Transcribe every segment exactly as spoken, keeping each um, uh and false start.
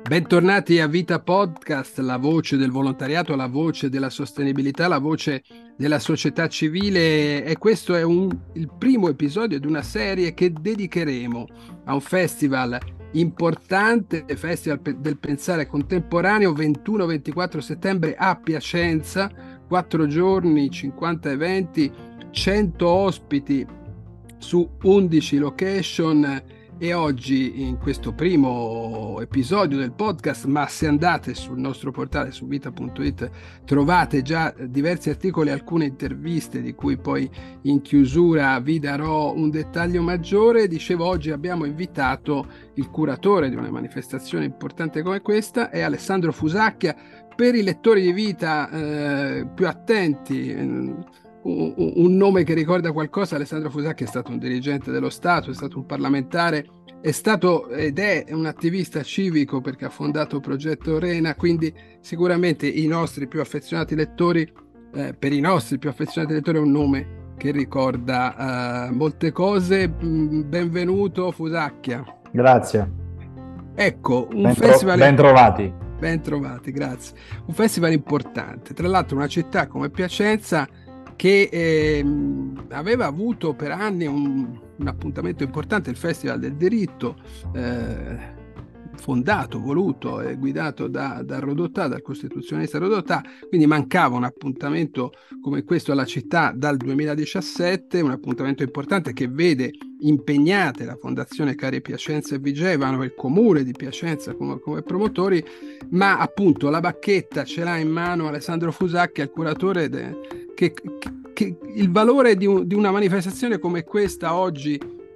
Bentornati a Vita Podcast, la voce del volontariato, la voce della sostenibilità, la voce della società civile, e questo è un, il primo episodio di una serie che dedicheremo a un festival importante, Festival del Pensare Contemporaneo, ventuno ventiquattro settembre a Piacenza, quattro giorni, cinquanta eventi, cento ospiti su undici location. E oggi, in questo primo episodio del podcast, ma se andate sul nostro portale su vita punto it trovate già diversi articoli, alcune interviste di cui poi in chiusura vi darò un dettaglio maggiore. Dicevo, oggi abbiamo invitato il curatore di una manifestazione importante come questa, è Alessandro Fusacchia. Per i lettori di Vita eh, più attenti, eh, un nome che ricorda qualcosa: Alessandro Fusacchia è stato un dirigente dello Stato, è stato un parlamentare, è stato ed è un attivista civico perché ha fondato Progetto Rena, quindi sicuramente i nostri più affezionati lettori, eh, per i nostri più affezionati lettori è un nome che ricorda eh, molte cose. Benvenuto Fusacchia. Grazie. Ecco, un ben, festival... ben trovati. Ben trovati, grazie. Un festival importante, tra l'altro una città come Piacenza che eh, aveva avuto per anni un, un appuntamento importante, il Festival del Diritto, eh, fondato, voluto e guidato da, da Rodotà, dal costituzionista Rodotà, quindi mancava un appuntamento come questo alla città dal duemiladiciassette, un appuntamento importante che vede impegnate la Fondazione Cari Piacenza e Vigevano e il Comune di Piacenza come, come promotori, ma appunto la bacchetta ce l'ha in mano Alessandro Fusacchia, il curatore de, che, che il valore di, un, di una manifestazione come questa oggi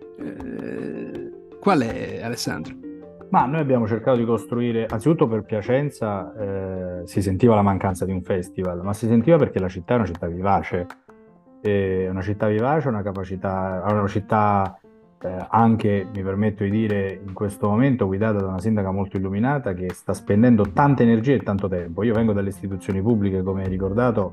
eh, qual è, Alessandro? Ma noi abbiamo cercato di costruire, anzitutto per Piacenza eh, si sentiva la mancanza di un festival, ma si sentiva perché la città è una città vivace, è una città vivace, una capacità, una città eh, anche, mi permetto di dire, in questo momento guidata da una sindaca molto illuminata che sta spendendo tante energie e tanto tempo. Io vengo dalle istituzioni pubbliche, come hai ricordato,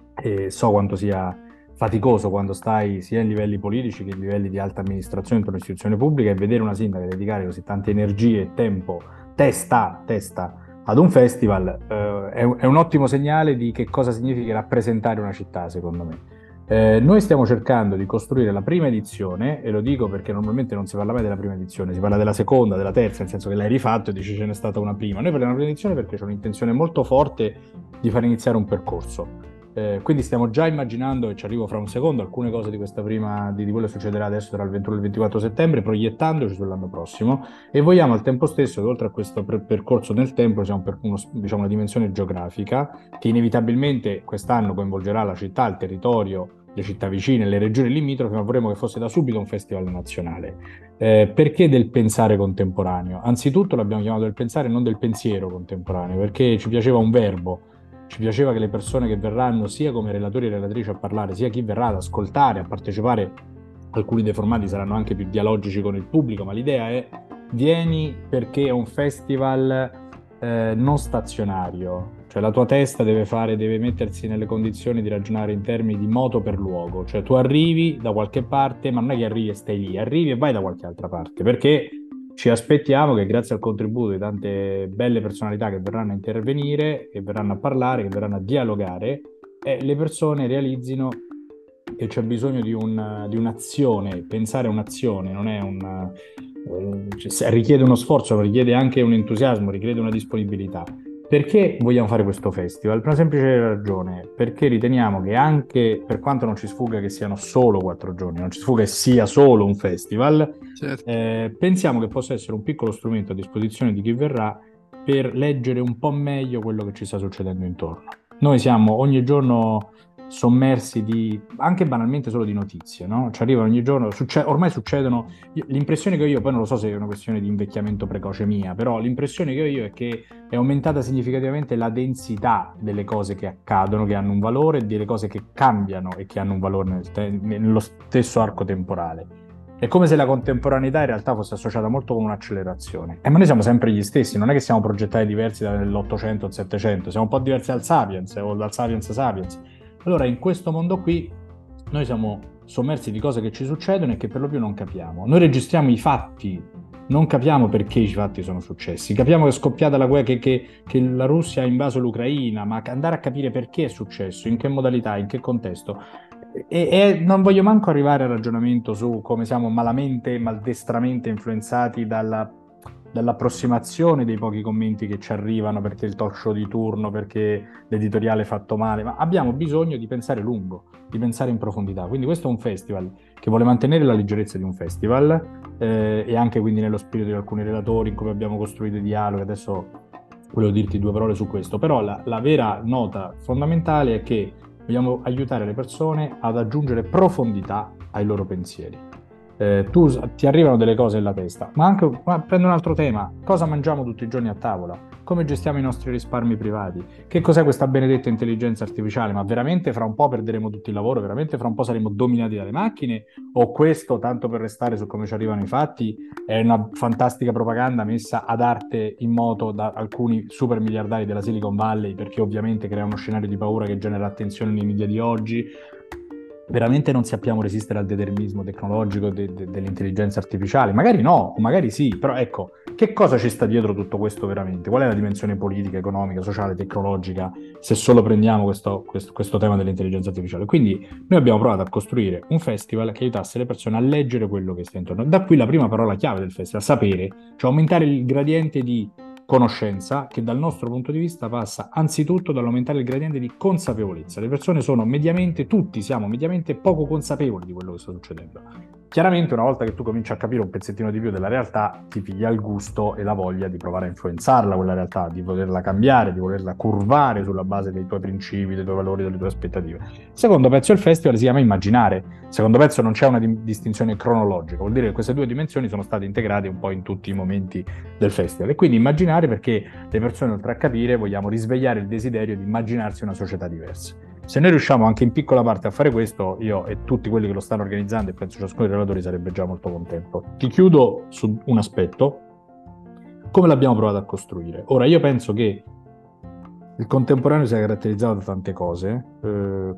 e so quanto sia faticoso quando stai sia in livelli politici che in livelli di alta amministrazione dentro un'istituzione pubblica, e vedere una sindaca dedicare così tante energie e tempo, testa, testa ad un festival eh, è, è un ottimo segnale di che cosa significa rappresentare una città, secondo me. Eh, noi stiamo cercando di costruire la prima edizione, e lo dico perché normalmente non si parla mai della prima edizione, si parla della seconda, della terza, nel senso che l'hai rifatto e dici ce n'è stata una prima. Noi parliamo della prima edizione perché c'è un'intenzione molto forte di far iniziare un percorso. Eh, quindi stiamo già immaginando, e ci arrivo fra un secondo, alcune cose di questa prima, di, di quello che succederà adesso tra il ventuno e il ventiquattro settembre, proiettandoci sull'anno prossimo, e vogliamo al tempo stesso che oltre a questo per- percorso nel tempo siamo per uno, diciamo, una dimensione geografica che inevitabilmente quest'anno coinvolgerà la città, il territorio, le città vicine, le regioni limitrofe, ma vorremmo che fosse da subito un festival nazionale. Eh, perché del pensare contemporaneo? Anzitutto l'abbiamo chiamato del pensare, non del pensiero contemporaneo, perché ci piaceva un verbo. Ci piaceva che le persone che verranno sia come relatori e relatrici a parlare, sia chi verrà ad ascoltare, a partecipare, alcuni dei formati saranno anche più dialogici con il pubblico, ma l'idea è: vieni perché è un festival eh, non stazionario, cioè la tua testa deve fare, deve mettersi nelle condizioni di ragionare in termini di moto per luogo, cioè tu arrivi da qualche parte, ma non è che arrivi e stai lì, arrivi e vai da qualche altra parte, perché ci aspettiamo che grazie al contributo di tante belle personalità che verranno a intervenire, che verranno a parlare, che verranno a dialogare, eh, le persone realizzino che c'è bisogno di, un, di un'azione. Pensare a un'azione non è un, eh, cioè, richiede uno sforzo, richiede anche un entusiasmo, richiede una disponibilità. Perché vogliamo fare questo festival? Per una semplice ragione, perché riteniamo che anche, per quanto non ci sfugga che siano solo quattro giorni, non ci sfugga che sia solo un festival, Certo. eh, pensiamo che possa essere un piccolo strumento a disposizione di chi verrà per leggere un po' meglio quello che ci sta succedendo intorno. Noi siamo ogni giorno sommersi di, anche banalmente solo di notizie, no? Ci arrivano ogni giorno, succe- ormai succedono, l'impressione che ho io, poi non lo so se è una questione di invecchiamento precoce mia, però l'impressione che ho io è che è aumentata significativamente la densità delle cose che accadono, che hanno un valore, e delle cose che cambiano e che hanno un valore nel te- nello stesso arco temporale. È come se la contemporaneità in realtà fosse associata molto con un'accelerazione. E ma noi siamo sempre gli stessi, non è che siamo progettati diversi dall'Ottocento al Settecento, siamo un po' diversi dal Sapiens o dal Sapiens Sapiens. Allora, in questo mondo qui noi siamo sommersi di cose che ci succedono e che per lo più non capiamo. Noi registriamo i fatti non capiamo perché i fatti sono successi. Capiamo che è scoppiata la guerra, che, che, che la Russia ha invaso l'Ucraina, ma andare a capire perché è successo, in che modalità, in che contesto. E, e non voglio manco arrivare al ragionamento su come siamo malamente, maldestramente influenzati dalla, dall'approssimazione dei pochi commenti che ci arrivano perché il talk show di turno, perché l'editoriale è fatto male, ma abbiamo bisogno di pensare lungo, di pensare in profondità. Quindi questo è un festival che vuole mantenere la leggerezza di un festival, eh, e anche quindi nello spirito di alcuni relatori in cui abbiamo costruito i dialoghi. Adesso volevo dirti due parole su questo, però la, la vera nota fondamentale è che vogliamo aiutare le persone ad aggiungere profondità ai loro pensieri. Eh, tu ti arrivano delle cose nella testa, ma anche, ma prendo un altro tema: cosa mangiamo tutti i giorni a tavola? Come gestiamo i nostri risparmi privati? Che cos'è questa benedetta intelligenza artificiale? Ma veramente fra un po' perderemo tutto il lavoro? Veramente fra un po' saremo dominati dalle macchine? O questo, tanto per restare su come ci arrivano i fatti, è una fantastica propaganda messa ad arte in moto da alcuni super miliardari della Silicon Valley, perché ovviamente crea uno scenario di paura che genera attenzione nei media di oggi? Veramente non sappiamo resistere al determinismo tecnologico de- de- dell'intelligenza artificiale? Magari no, o magari sì, però ecco, che cosa ci sta dietro tutto questo veramente? Qual è la dimensione politica, economica, sociale, tecnologica, se solo prendiamo questo, questo, questo tema dell'intelligenza artificiale? Quindi noi abbiamo provato a costruire un festival che aiutasse le persone a leggere quello che sta intorno. Da qui la prima parola chiave del festival: sapere, cioè aumentare il gradiente di conoscenza, che dal nostro punto di vista passa anzitutto dall'aumentare il gradiente di consapevolezza. Le persone sono mediamente, tutti siamo mediamente poco consapevoli di quello che sta succedendo. Chiaramente una volta che tu cominci a capire un pezzettino di più della realtà, ti piglia il gusto e la voglia di provare a influenzarla quella realtà, di volerla cambiare, di volerla curvare sulla base dei tuoi principi, dei tuoi valori, delle tue aspettative. Il secondo pezzo del festival si chiama Immaginare. Il secondo pezzo non c'è una di- distinzione cronologica, vuol dire che queste due dimensioni sono state integrate un po' in tutti i momenti del festival. E quindi immaginare perché le persone, oltre a capire, vogliamo risvegliare il desiderio di immaginarsi una società diversa. Se noi riusciamo anche in piccola parte a fare questo, io e tutti quelli che lo stanno organizzando, e penso ciascuno dei relatori, sarebbe già molto contento. Ti chiudo su un aspetto: come l'abbiamo provato a costruire. Ora, io penso che il contemporaneo sia caratterizzato da tante cose, eh,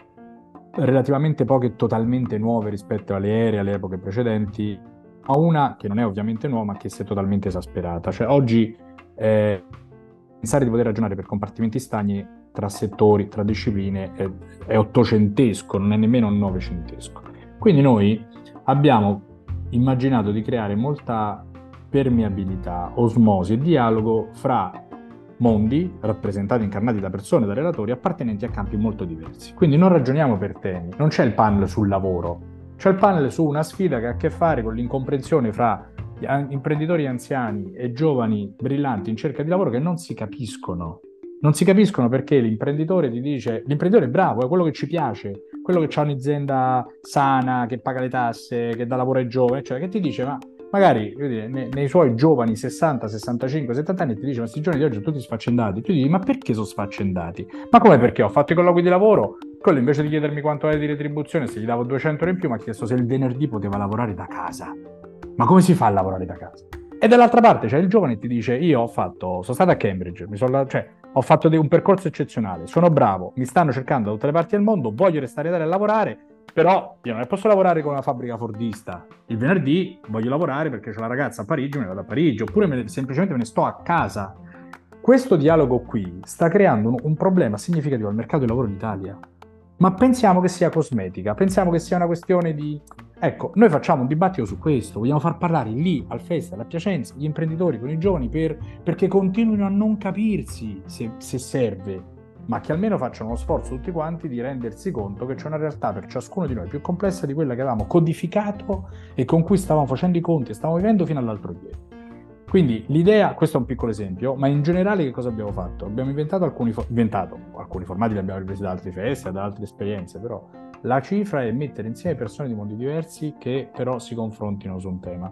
relativamente poche totalmente nuove rispetto alle ere, alle epoche precedenti, ma una che non è ovviamente nuova, ma che si è totalmente esasperata. Cioè oggi eh, pensare di poter ragionare per compartimenti stagni tra settori, tra discipline, è, è ottocentesco, non è nemmeno novecentesco. Quindi noi abbiamo immaginato di creare molta permeabilità, osmosi e dialogo fra mondi rappresentati, incarnati da persone, da relatori appartenenti a campi molto diversi. Quindi non ragioniamo per temi, non c'è il panel sul lavoro, c'è il panel su una sfida che ha a che fare con l'incomprensione fra imprenditori anziani e giovani brillanti in cerca di lavoro che non si capiscono. Non si capiscono perché l'imprenditore ti dice: l'imprenditore è bravo, è quello che ci piace, quello che ha un'azienda sana, che paga le tasse, che dà lavoro ai giovani, cioè che ti dice, ma magari dire, nei, nei suoi giovani sessanta, sessantacinque, settanta anni, ti dice: ma questi giorni di oggi sono tutti sfaccendati. Tu dici: ma perché sono sfaccendati? Ma come perché? Ho fatto i colloqui di lavoro, quello invece di chiedermi quanto è di retribuzione, se gli davo duecento euro in più, mi ha chiesto se il venerdì poteva lavorare da casa. Ma come si fa a lavorare da casa? E dall'altra parte c'è il giovane che ti dice: io ho fatto, sono stato a Cambridge, mi sono, cioè, ho fatto un percorso eccezionale, sono bravo, mi stanno cercando da tutte le parti del mondo, voglio restare in Italia a lavorare, però io non posso lavorare con una fabbrica fordista. Il venerdì voglio lavorare perché c'è la ragazza a Parigi, me ne vado a Parigi, oppure me ne, semplicemente me ne sto a casa. Questo dialogo qui sta creando un, un problema significativo al mercato del lavoro in Italia. Ma pensiamo che sia cosmetica, pensiamo che sia una questione di... Ecco, noi facciamo un dibattito su questo, vogliamo far parlare lì, al festival, a Piacenza, gli imprenditori con i giovani per, perché continuino a non capirsi se, se serve, ma che almeno facciano uno sforzo tutti quanti di rendersi conto che c'è una realtà per ciascuno di noi più complessa di quella che avevamo codificato e con cui stavamo facendo i conti e stavamo vivendo fino all'altro ieri. Quindi l'idea, questo è un piccolo esempio, ma in generale che cosa abbiamo fatto? Abbiamo inventato alcuni, inventato, alcuni formati, li abbiamo ripresi da altri festival, da altre esperienze, però la cifra è mettere insieme persone di mondi diversi che però si confrontino su un tema.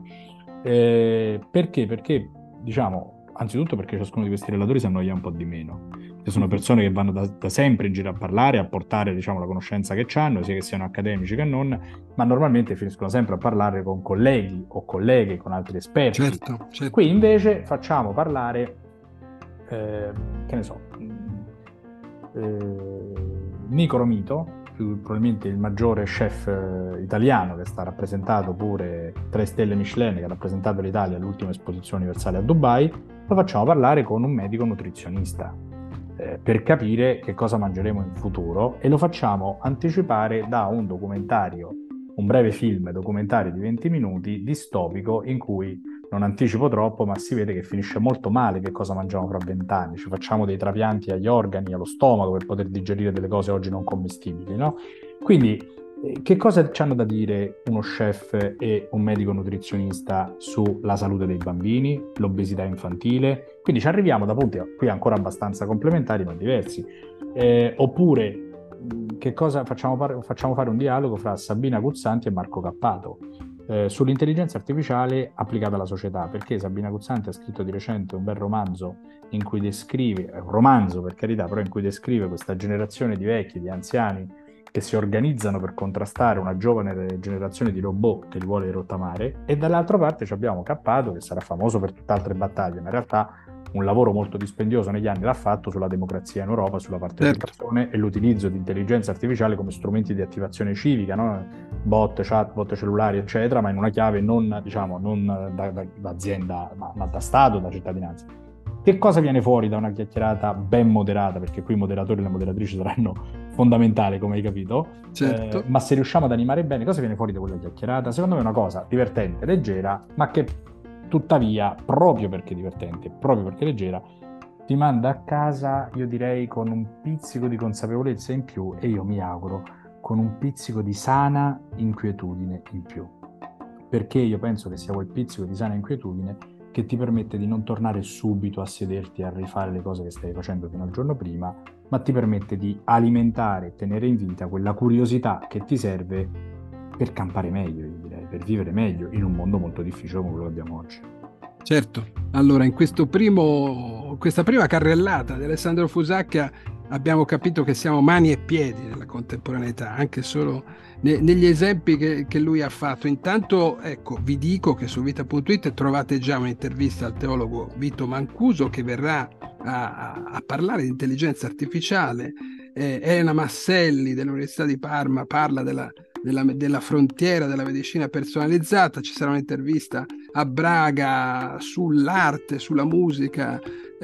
Eh, perché? Perché, diciamo, anzitutto perché ciascuno di questi relatori si annoia un po' di meno. Ci sono persone che vanno da, da sempre in giro a parlare, a portare, diciamo, la conoscenza che hanno, sia che siano accademici che non, ma normalmente finiscono sempre a parlare con colleghi o colleghe, con altri esperti. Certo, certo. Qui invece facciamo parlare, eh, che ne so, eh, Nico Romito, probabilmente il maggiore chef eh, italiano, che sta rappresentato pure tre stelle Michelin, che ha rappresentato l'Italia all'ultima esposizione universale a Dubai, lo facciamo parlare con un medico nutrizionista eh, per capire che cosa mangeremo in futuro, e lo facciamo anticipare da un documentario, un breve film documentario di venti minuti distopico, in cui non anticipo troppo, ma si vede che finisce molto male che cosa mangiamo fra vent'anni. Ci facciamo dei trapianti agli organi, allo stomaco, per poter digerire delle cose oggi non commestibili, no? Quindi, eh, che cosa ci hanno da dire uno chef e un medico nutrizionista sulla salute dei bambini, l'obesità infantile? Quindi ci arriviamo da punti qui ancora abbastanza complementari, ma diversi. Eh, oppure, che cosa facciamo, par- facciamo fare un dialogo fra Sabina Guzzanti e Marco Cappato eh, sull'intelligenza artificiale applicata alla società, perché Sabina Guzzanti ha scritto di recente un bel romanzo in cui descrive, è un romanzo per carità, però in cui descrive questa generazione di vecchi, di anziani che si organizzano per contrastare una giovane generazione di robot che li vuole rottamare, e dall'altra parte abbiamo Cappato, che sarà famoso per tutt'altre battaglie, ma in realtà un lavoro molto dispendioso negli anni l'ha fatto sulla democrazia in Europa, sulla partecipazione certo. e l'utilizzo di intelligenza artificiale come strumenti di attivazione civica, no? Bot, chatbot, cellulari, eccetera, ma in una chiave non, diciamo, non da, da, da azienda, ma, ma da Stato, da cittadinanza. Che cosa viene fuori da una chiacchierata ben moderata? Perché qui i moderatori e le moderatrici saranno fondamentali, come hai capito. Certo. Eh, ma se riusciamo ad animare bene, cosa viene fuori da quella chiacchierata? Secondo me è una cosa divertente, leggera, ma che tuttavia, proprio perché divertente, proprio perché leggera, ti manda a casa, io direi, con un pizzico di consapevolezza in più, e io mi auguro con un pizzico di sana inquietudine in più. Perché io penso che sia quel pizzico di sana inquietudine che ti permette di non tornare subito a sederti a rifare le cose che stai facendo fino al giorno prima, ma ti permette di alimentare e tenere in vita quella curiosità che ti serve per campare meglio, io direi, per vivere meglio in un mondo molto difficile come quello che abbiamo oggi. Certo, allora in questo primo, questa prima carrellata di Alessandro Fusacchia abbiamo capito che siamo mani e piedi nella contemporaneità, anche solo ne, negli esempi che, che lui ha fatto. Intanto, ecco, vi dico che su vita punto it trovate già un'intervista al teologo Vito Mancuso, che verrà a, a, a parlare di intelligenza artificiale. Eh, Elena Masselli dell'Università di Parma parla della Della, della frontiera della medicina personalizzata. Ci sarà un'intervista a Braga sull'arte, sulla musica,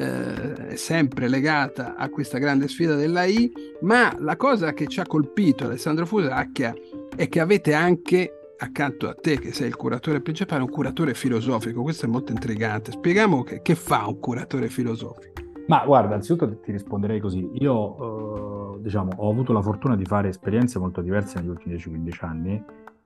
eh, sempre legata a questa grande sfida dell'A I. Ma la cosa che ci ha colpito, Alessandro Fusacchia, è che avete anche accanto a te, che sei il curatore principale, un curatore filosofico. Questo è molto intrigante. Spieghiamo che, che fa un curatore filosofico. Ma guarda, anzitutto ti risponderei così. Io, eh, diciamo, ho avuto la fortuna di fare esperienze molto diverse negli ultimi dieci quindici anni,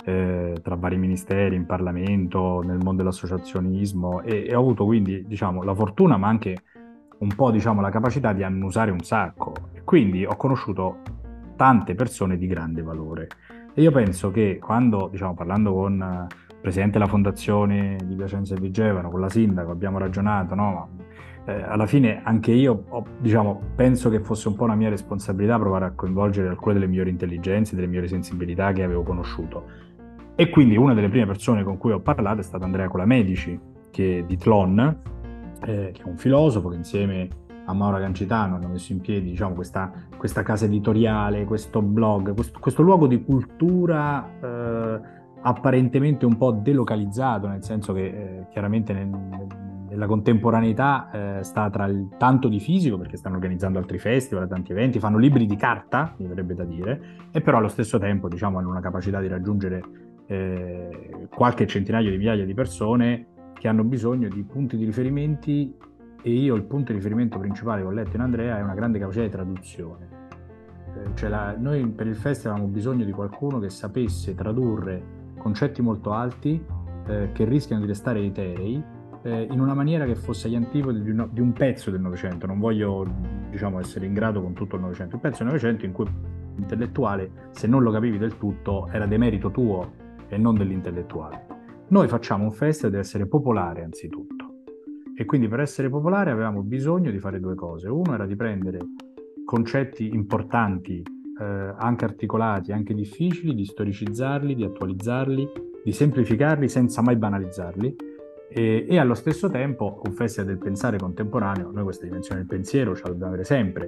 eh, tra vari ministeri, in Parlamento, nel mondo dell'associazionismo, e, e ho avuto quindi, diciamo, la fortuna, ma anche un po', diciamo, la capacità di annusare un sacco. E quindi ho conosciuto tante persone di grande valore. E io penso che quando, diciamo, parlando con il presidente della fondazione di Piacenza e Vigevano, con la sindaco, abbiamo ragionato, no? Eh, alla fine anche io ho, diciamo, penso che fosse un po' una mia responsabilità provare a coinvolgere alcune delle migliori intelligenze, delle migliori sensibilità che avevo conosciuto. E quindi una delle prime persone con cui ho parlato è stata Andrea Colamedici, che di Tlon, eh, che è un filosofo che insieme a Maura Cancitano hanno messo in piedi, diciamo, questa, questa casa editoriale, questo blog, questo, questo luogo di cultura eh, apparentemente un po' delocalizzato, nel senso che eh, chiaramente nel, nella contemporaneità eh, sta tra il tanto di fisico, perché stanno organizzando altri festival, tanti eventi, fanno libri di carta, mi verrebbe da dire, e però allo stesso tempo, diciamo, hanno una capacità di raggiungere eh, qualche centinaio di migliaia di persone che hanno bisogno di punti di riferimenti, e io il punto di riferimento principale che ho letto in Andrea è una grande capacità di traduzione. Eh, cioè la, noi per il festival avevamo bisogno di qualcuno che sapesse tradurre concetti molto alti eh, che rischiano di restare eterei eh, in una maniera che fosse agli antipodi di, un, di un pezzo del Novecento. Non voglio, diciamo, essere in grado con tutto il Novecento, un pezzo del Novecento in cui l'intellettuale, se non lo capivi del tutto, era demerito tuo e non dell'intellettuale. Noi facciamo un festival, deve essere popolare anzitutto, e quindi per essere popolare avevamo bisogno di fare due cose. Uno era di prendere concetti importanti, eh, anche articolati, anche difficili, di storicizzarli, di attualizzarli, di semplificarli senza mai banalizzarli, e, e allo stesso tempo un festival del pensare contemporaneo. Noi questa dimensione del pensiero ce la dobbiamo avere sempre,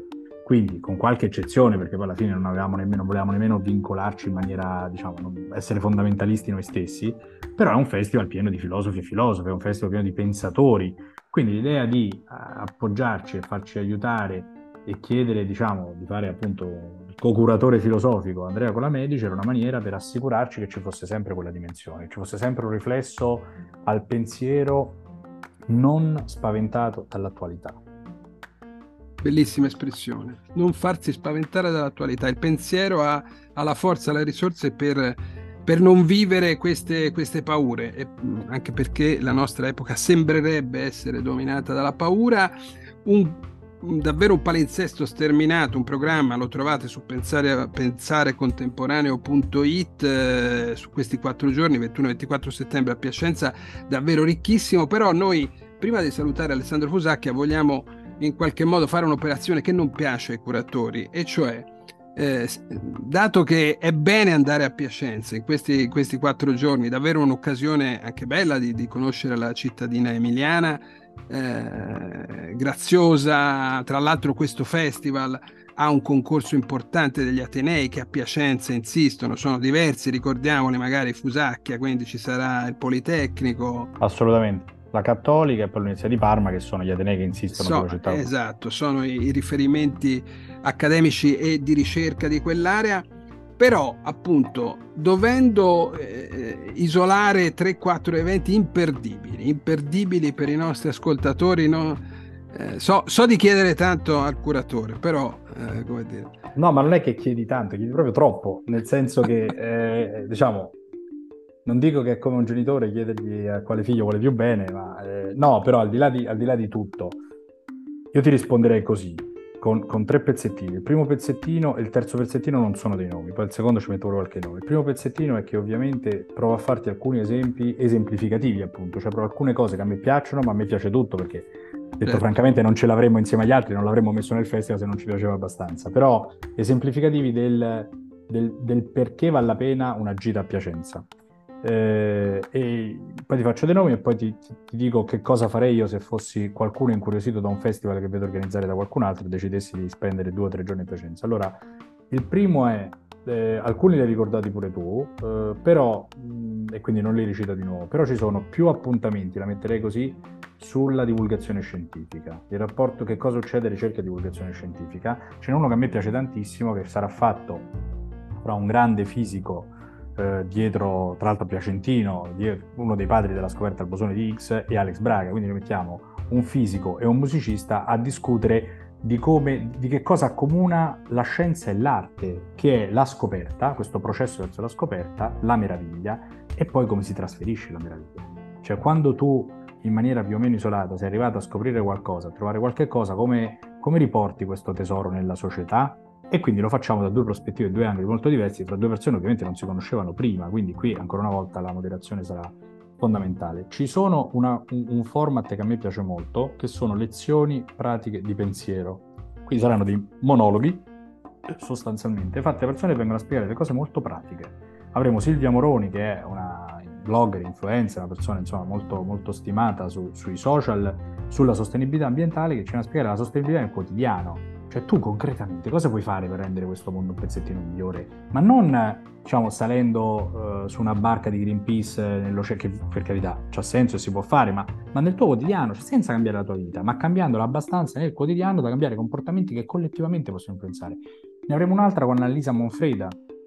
quindi con qualche eccezione, perché poi alla fine non avevamo nemmeno, non volevamo nemmeno vincolarci in maniera, diciamo, non essere fondamentalisti noi stessi, però è un festival pieno di filosofi e filosofe, è un festival pieno di pensatori, quindi l'idea di eh, appoggiarci e farci aiutare e chiedere, diciamo, di fare appunto il co-curatore filosofico Andrea Colamedici era una maniera per assicurarci che ci fosse sempre quella dimensione, che ci fosse sempre un riflesso al pensiero non spaventato dall'attualità. Bellissima espressione, non farsi spaventare dall'attualità. Il pensiero ha, ha la forza, le risorse per, per non vivere queste, queste paure, e anche perché la nostra epoca sembrerebbe essere dominata dalla paura. Un, un, davvero un palinsesto sterminato, un programma, lo trovate su pensare, pensarecontemporaneo punto it, eh, su questi quattro giorni, ventuno ventiquattro settembre a Piacenza, davvero ricchissimo. Però noi, prima di salutare Alessandro Fusacchia, vogliamo in qualche modo fare un'operazione che non piace ai curatori, e cioè eh, dato che è bene andare a Piacenza in questi, questi quattro giorni, davvero un'occasione anche bella di, di conoscere la cittadina emiliana, eh, graziosa. Tra l'altro questo festival ha un concorso importante degli Atenei che a Piacenza insistono, sono diversi, ricordiamoli, magari Fusacchia, quindi ci sarà il Politecnico. Assolutamente. La Cattolica e poi l'Università di Parma, che sono gli atenei che insistono So, sulla città. esatto, sono i, i riferimenti accademici e di ricerca di quell'area, però appunto dovendo eh, isolare tre quattro eventi imperdibili, imperdibili per i nostri ascoltatori, no? Eh, so, so di chiedere tanto al curatore, però eh, come dire. No, ma non è che chiedi tanto, chiedi proprio troppo, nel senso che, eh, diciamo, non dico che è come un genitore chiedergli a quale figlio vuole più bene, ma eh, no, però al di là di, al di là di tutto, io ti risponderei così, con, con tre pezzettini. Il primo pezzettino e il terzo pezzettino non sono dei nomi, poi il secondo ci metto pure qualche nome. Il primo pezzettino è che ovviamente provo a farti alcuni esempi esemplificativi, appunto, cioè provo alcune cose che a me piacciono, ma a me piace tutto, perché detto certo. Francamente non ce l'avremmo insieme agli altri, non l'avremmo messo nel festival se non ci piaceva abbastanza, però esemplificativi del, del, del perché vale la pena una gita a Piacenza. Eh, e poi ti faccio dei nomi e poi ti, ti dico che cosa farei io se fossi qualcuno incuriosito da un festival che vedo organizzare da qualcun altro e decidessi di spendere due o tre giorni a Piacenza. Allora, il primo è, eh, alcuni li hai ricordati pure tu, eh, però, mh, e quindi non li ricito di nuovo, però ci sono più appuntamenti, la metterei così, sulla divulgazione scientifica, il rapporto che cosa succede a ricerca e divulgazione scientifica. Ce n'è uno che a me piace tantissimo, che sarà fatto fra un grande fisico eh, dietro, tra l'altro piacentino, dietro, uno dei padri della scoperta del bosone di Higgs, e Alex Braga, quindi noi mettiamo un fisico e un musicista a discutere di come, di che cosa accomuna la scienza e l'arte, che è la scoperta, questo processo verso la scoperta, la meraviglia, e poi come si trasferisce la meraviglia. Cioè quando tu in maniera più o meno isolata sei arrivato a scoprire qualcosa, a trovare qualche cosa, come, come riporti questo tesoro nella società? E quindi lo facciamo da due prospettive, due angoli molto diversi, tra due persone che ovviamente non si conoscevano prima, quindi qui ancora una volta la moderazione sarà fondamentale. Ci sono una, un, un format che a me piace molto, che sono lezioni pratiche di pensiero. Quindi saranno dei monologhi, sostanzialmente, fatti da persone che vengono a spiegare delle cose molto pratiche. Avremo Silvia Moroni, che è una blogger, influencer, una persona insomma molto, molto stimata su, sui social, sulla sostenibilità ambientale, che ci viene a spiegare la sostenibilità nel quotidiano. Cioè tu concretamente cosa puoi fare per rendere questo mondo un pezzettino migliore? Ma non, diciamo, salendo uh, su una barca di Greenpeace nell'oceano, che per carità c'ha senso e si può fare, ma, ma nel tuo quotidiano, cioè senza cambiare la tua vita, ma cambiandola abbastanza nel quotidiano da cambiare comportamenti che collettivamente possiamo influenzare. Ne avremo un'altra con Annalisa Monfreda,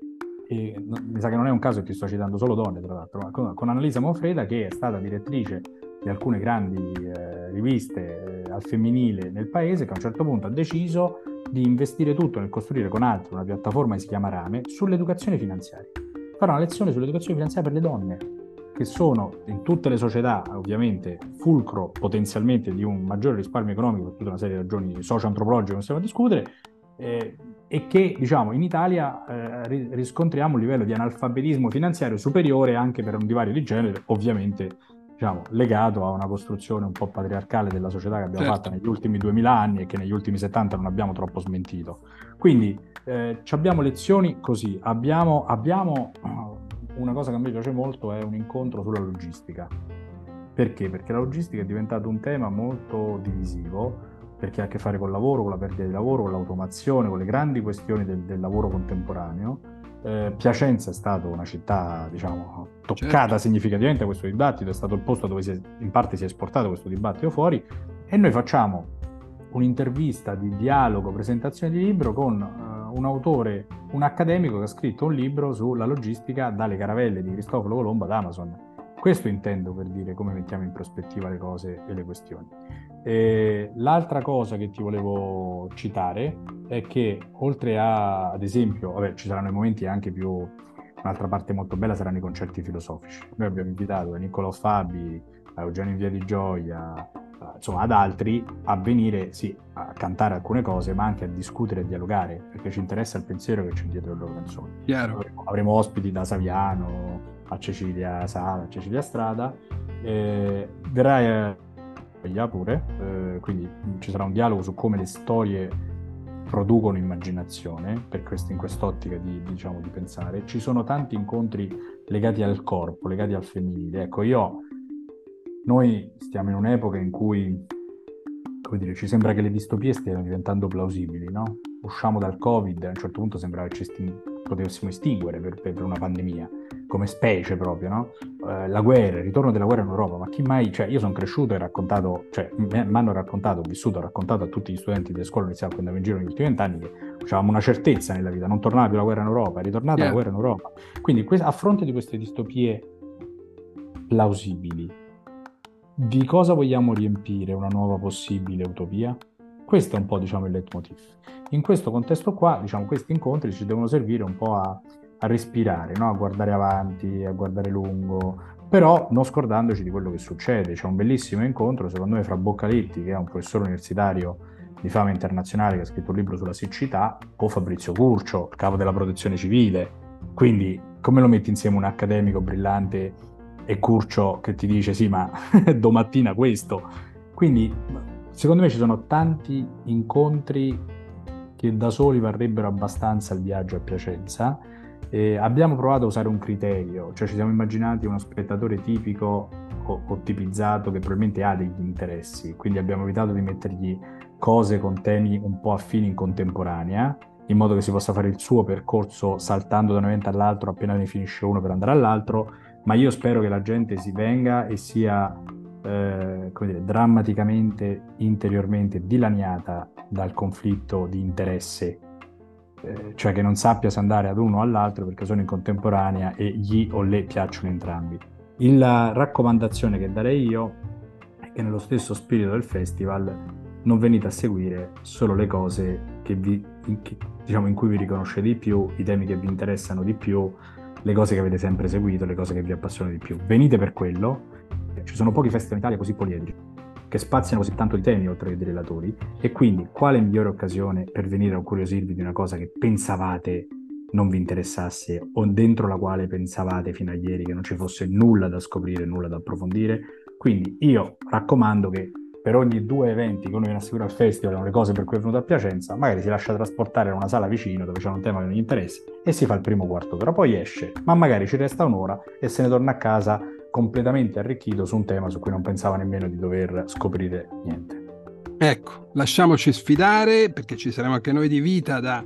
e mi sa che non è un caso che sto citando solo donne, tra l'altro, ma con, con Annalisa Monfreda, che è stata direttrice di alcune grandi eh, riviste eh, al femminile nel paese, che a un certo punto ha deciso di investire tutto nel costruire con altri una piattaforma che si chiama Rame sull'educazione finanziaria. Farà una lezione sull'educazione finanziaria per le donne, che sono in tutte le società ovviamente fulcro potenzialmente di un maggiore risparmio economico per tutta una serie di ragioni socio-antropologiche che possiamo discutere, eh, e che diciamo in Italia eh, riscontriamo un livello di analfabetismo finanziario superiore anche per un divario di genere, ovviamente diciamo, legato a una costruzione un po' patriarcale della società che abbiamo certo. fatto negli ultimi duemila anni e che negli ultimi settanta non abbiamo troppo smentito. Quindi eh, abbiamo lezioni così, abbiamo, abbiamo una cosa che a me piace molto, è un incontro sulla logistica. Perché? Perché la logistica è diventato un tema molto divisivo perché ha a che fare col lavoro, con la perdita di lavoro, con l'automazione, con le grandi questioni del, del lavoro contemporaneo. Eh, Piacenza è stata una città, diciamo, toccata certo. significativamente da questo dibattito, è stato il posto dove si è, in parte si è esportato questo dibattito fuori, e noi facciamo un'intervista di dialogo, presentazione di libro con uh, un autore, un accademico che ha scritto un libro sulla logistica dalle caravelle di Cristoforo Colombo ad Amazon. Questo intendo per dire come mettiamo in prospettiva le cose e le questioni. E l'altra cosa che ti volevo citare è che oltre a, ad esempio, vabbè, ci saranno i momenti anche più, un'altra parte molto bella saranno i concerti filosofici. Noi abbiamo invitato Niccolò Fabi, Eugenio in Via di Gioia, insomma ad altri a venire sì a cantare alcune cose, ma anche a discutere e dialogare, perché ci interessa il pensiero che c'è dietro le loro canzoni. Avremo, avremo ospiti da Saviano a Cecilia Sala, a Cecilia Strada, eh, verrà eh, pure, eh, quindi ci sarà un dialogo su come le storie producono immaginazione, per questo, in quest'ottica di, diciamo, di pensare. Ci sono tanti incontri legati al corpo, legati al femminile. Ecco, io Noi stiamo in un'epoca in cui, come dire, ci sembra che le distopie stiano diventando plausibili, no? Usciamo dal Covid, a un certo punto sembrava che ci sting- potessimo estinguere per, per una pandemia, come specie proprio, no? Eh, la guerra, il ritorno della guerra in Europa, ma chi mai, cioè io sono cresciuto e raccontato, cioè mi hanno raccontato, ho vissuto, ho raccontato a tutti gli studenti delle scuole iniziali quando andavo in giro negli ultimi vent'anni che avevamo una certezza nella vita, non tornava più la guerra in Europa, è ritornata yeah. la guerra in Europa. Quindi que- a fronte di queste distopie plausibili, di cosa vogliamo riempire una nuova possibile utopia? Questo è un po', diciamo, il leitmotiv. In questo contesto qua, diciamo, questi incontri ci devono servire un po' a, a respirare, no? A guardare avanti, a guardare lungo, però non scordandoci di quello che succede. C'è un bellissimo incontro, secondo me, fra Boccaletti, che è un professore universitario di fama internazionale che ha scritto un libro sulla siccità, con Fabrizio Curcio, il capo della protezione civile. Quindi, come lo metti insieme un accademico brillante e Curcio che ti dice sì ma domattina questo? Quindi secondo me ci sono tanti incontri che da soli varrebbero abbastanza il viaggio a Piacenza. E abbiamo provato a usare un criterio, cioè ci siamo immaginati uno spettatore tipico o, o tipizzato che probabilmente ha degli interessi, quindi abbiamo evitato di mettergli cose con temi un po' affini in contemporanea, in modo che si possa fare il suo percorso saltando da un evento all'altro appena ne finisce uno per andare all'altro. Ma io spero che la gente si venga e sia eh, come dire, drammaticamente, interiormente dilaniata dal conflitto di interesse, eh, cioè che non sappia se andare ad uno o all'altro perché sono in contemporanea e gli o le piacciono entrambi. Il, la raccomandazione che darei io è che nello stesso spirito del festival non venite a seguire solo le cose che vi, in, che, diciamo, in cui vi riconoscete di più, i temi che vi interessano di più, le cose che avete sempre seguito, le cose che vi appassionano di più. Venite per quello. Ci sono pochi festival in Italia così poliedrici, che spaziano così tanto di temi oltre che di relatori, e quindi quale migliore occasione per venire a incuriosirvi di una cosa che pensavate non vi interessasse o dentro la quale pensavate fino a ieri che non ci fosse nulla da scoprire, nulla da approfondire. Quindi io raccomando che per ogni due eventi che uno viene a seguire al festival, le cose per cui è venuto a Piacenza, magari si lascia trasportare in una sala vicino dove c'è un tema che non gli interessa e si fa il primo quarto d'ora, poi esce, ma magari ci resta un'ora e se ne torna a casa completamente arricchito su un tema su cui non pensava nemmeno di dover scoprire niente. Ecco, lasciamoci sfidare, perché ci saremo anche noi di vita da,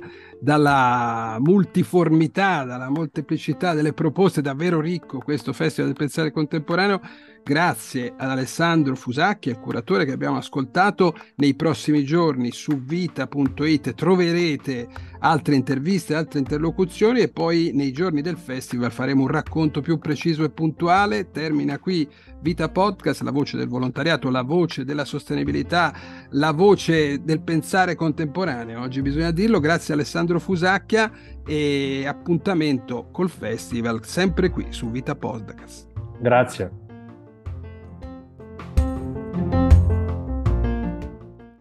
dalla multiformità, dalla molteplicità delle proposte. Davvero ricco questo Festival del Pensare Contemporaneo. Grazie ad Alessandro Fusacchi, il curatore che abbiamo ascoltato. Nei prossimi giorni su vita punto it troverete altre interviste, altre interlocuzioni, e poi nei giorni del festival faremo un racconto più preciso e puntuale. Termina qui Vita Podcast, la voce del volontariato, la voce della sostenibilità, la voce del pensare contemporaneo. Oggi bisogna dirlo. Grazie a Alessandro Fusacchia e appuntamento col festival sempre qui su Vita Podcast. Grazie.